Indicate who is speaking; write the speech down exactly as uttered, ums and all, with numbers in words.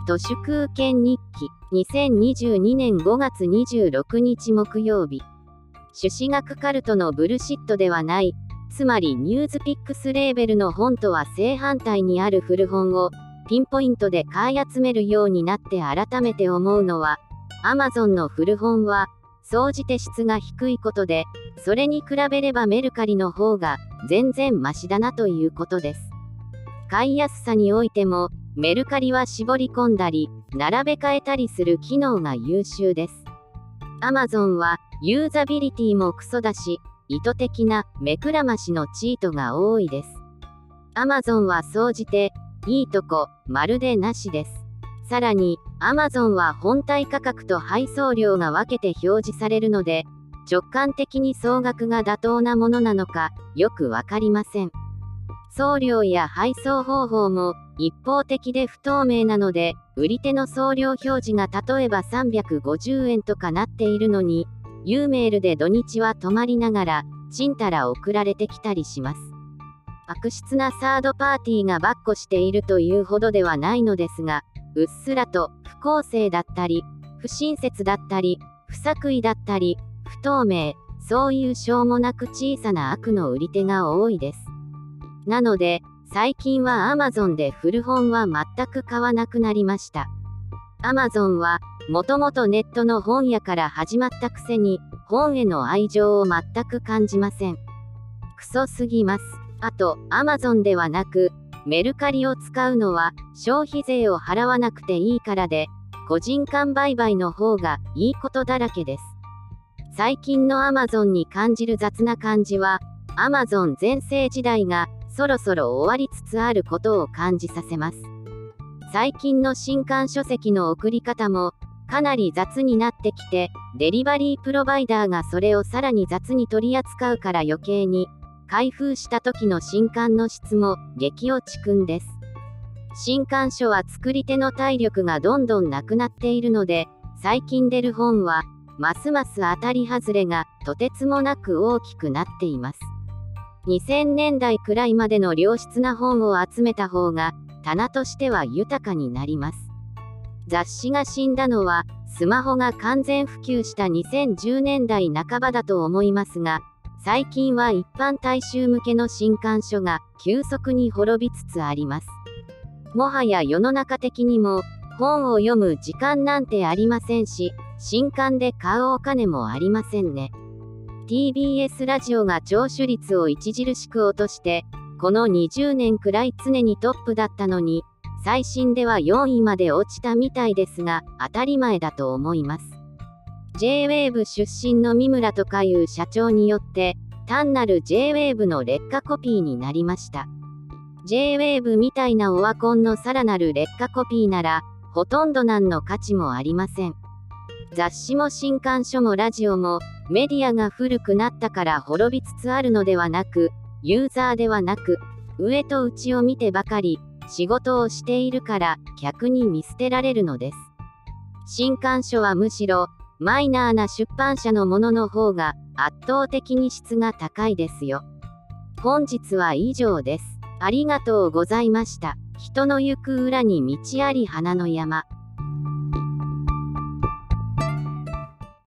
Speaker 1: 都市空権日記にせんにじゅうにねんごがつにじゅうろくにち木曜日。朱子学カルトのブルシットではない、つまりニューズピックスレーベルの本とは正反対にある古本をピンポイントで買い集めるようになって改めて思うのは、Amazon の古本は総じて質が低いことで、それに比べればメルカリの方が全然マシだなということです。買いやすさにおいても、メルカリは絞り込んだり、並べ替えたりする機能が優秀です。Amazon はユーザビリティもクソだし、意図的な目くらましのチートが多いです。Amazon は総じて、いいとこ、まるでなしです。さらに、Amazon は本体価格と配送料が分けて表示されるので、直感的に総額が妥当なものなのか、よくわかりません。送料や配送方法も一方的で不透明なので、売り手の送料表示が例えばさんびゃくごじゅうえんとかなっているのに、Uメールで土日は泊まりながら、ちんたら送られてきたりします。悪質なサードパーティーが跋扈しているというほどではないのですが、うっすらと不公正だったり、不親切だったり、不作為だったり、不透明、そういうしょうもなく小さな悪の売り手が多いです。なので、最近は Amazon で古本は全く買わなくなりました。Amazon は、もともとネットの本屋から始まったくせに、本への愛情を全く感じません。クソすぎます。あと、Amazon ではなく、メルカリを使うのは、消費税を払わなくていいからで、個人間売買の方がいいことだらけです。最近の Amazon に感じる雑な感じは、Amazon 全盛時代が、そろそろ終わりつつあることを感じさせます。最近の新刊書籍の送り方もかなり雑になってきて、デリバリープロバイダーがそれをさらに雑に取り扱うから余計に、開封した時の新刊の質も激落ちくんです。新刊書は作り手の体力がどんどんなくなっているので、最近出る本は、ますます当たり外れがとてつもなく大きくなっています。にせんねんだいくらいまでの良質な本を集めた方が棚としては豊かになります。雑誌が死んだのはスマホが完全普及したにせんじゅうねんだいなかばだと思いますが、最近は一般大衆向けの新刊書が急速に滅びつつあります。もはや世の中的にも本を読む時間なんてありませんし、新刊で買うお金もありませんね。ティービーエス ラジオが聴取率を著しく落として、このにじゅうねんくらい常にトップだったのに、最新ではよんいまで落ちたみたいですが、当たり前だと思います。ジェイウェーブ 出身の三村とかいう社長によって、単なる ジェイウェーブ の劣化コピーになりました。ジェイウェーブ みたいなオワコンのさらなる劣化コピーなら、ほとんど何の価値もありません。雑誌も新刊書もラジオも、メディアが古くなったから滅びつつあるのではなく、ユーザーではなく、上と内を見てばかり、仕事をしているから客に見捨てられるのです。新刊書はむしろ、マイナーな出版社のものの方が圧倒的に質が高いですよ。本日は以上です。ありがとうございました。人の行く裏に道あり花の山。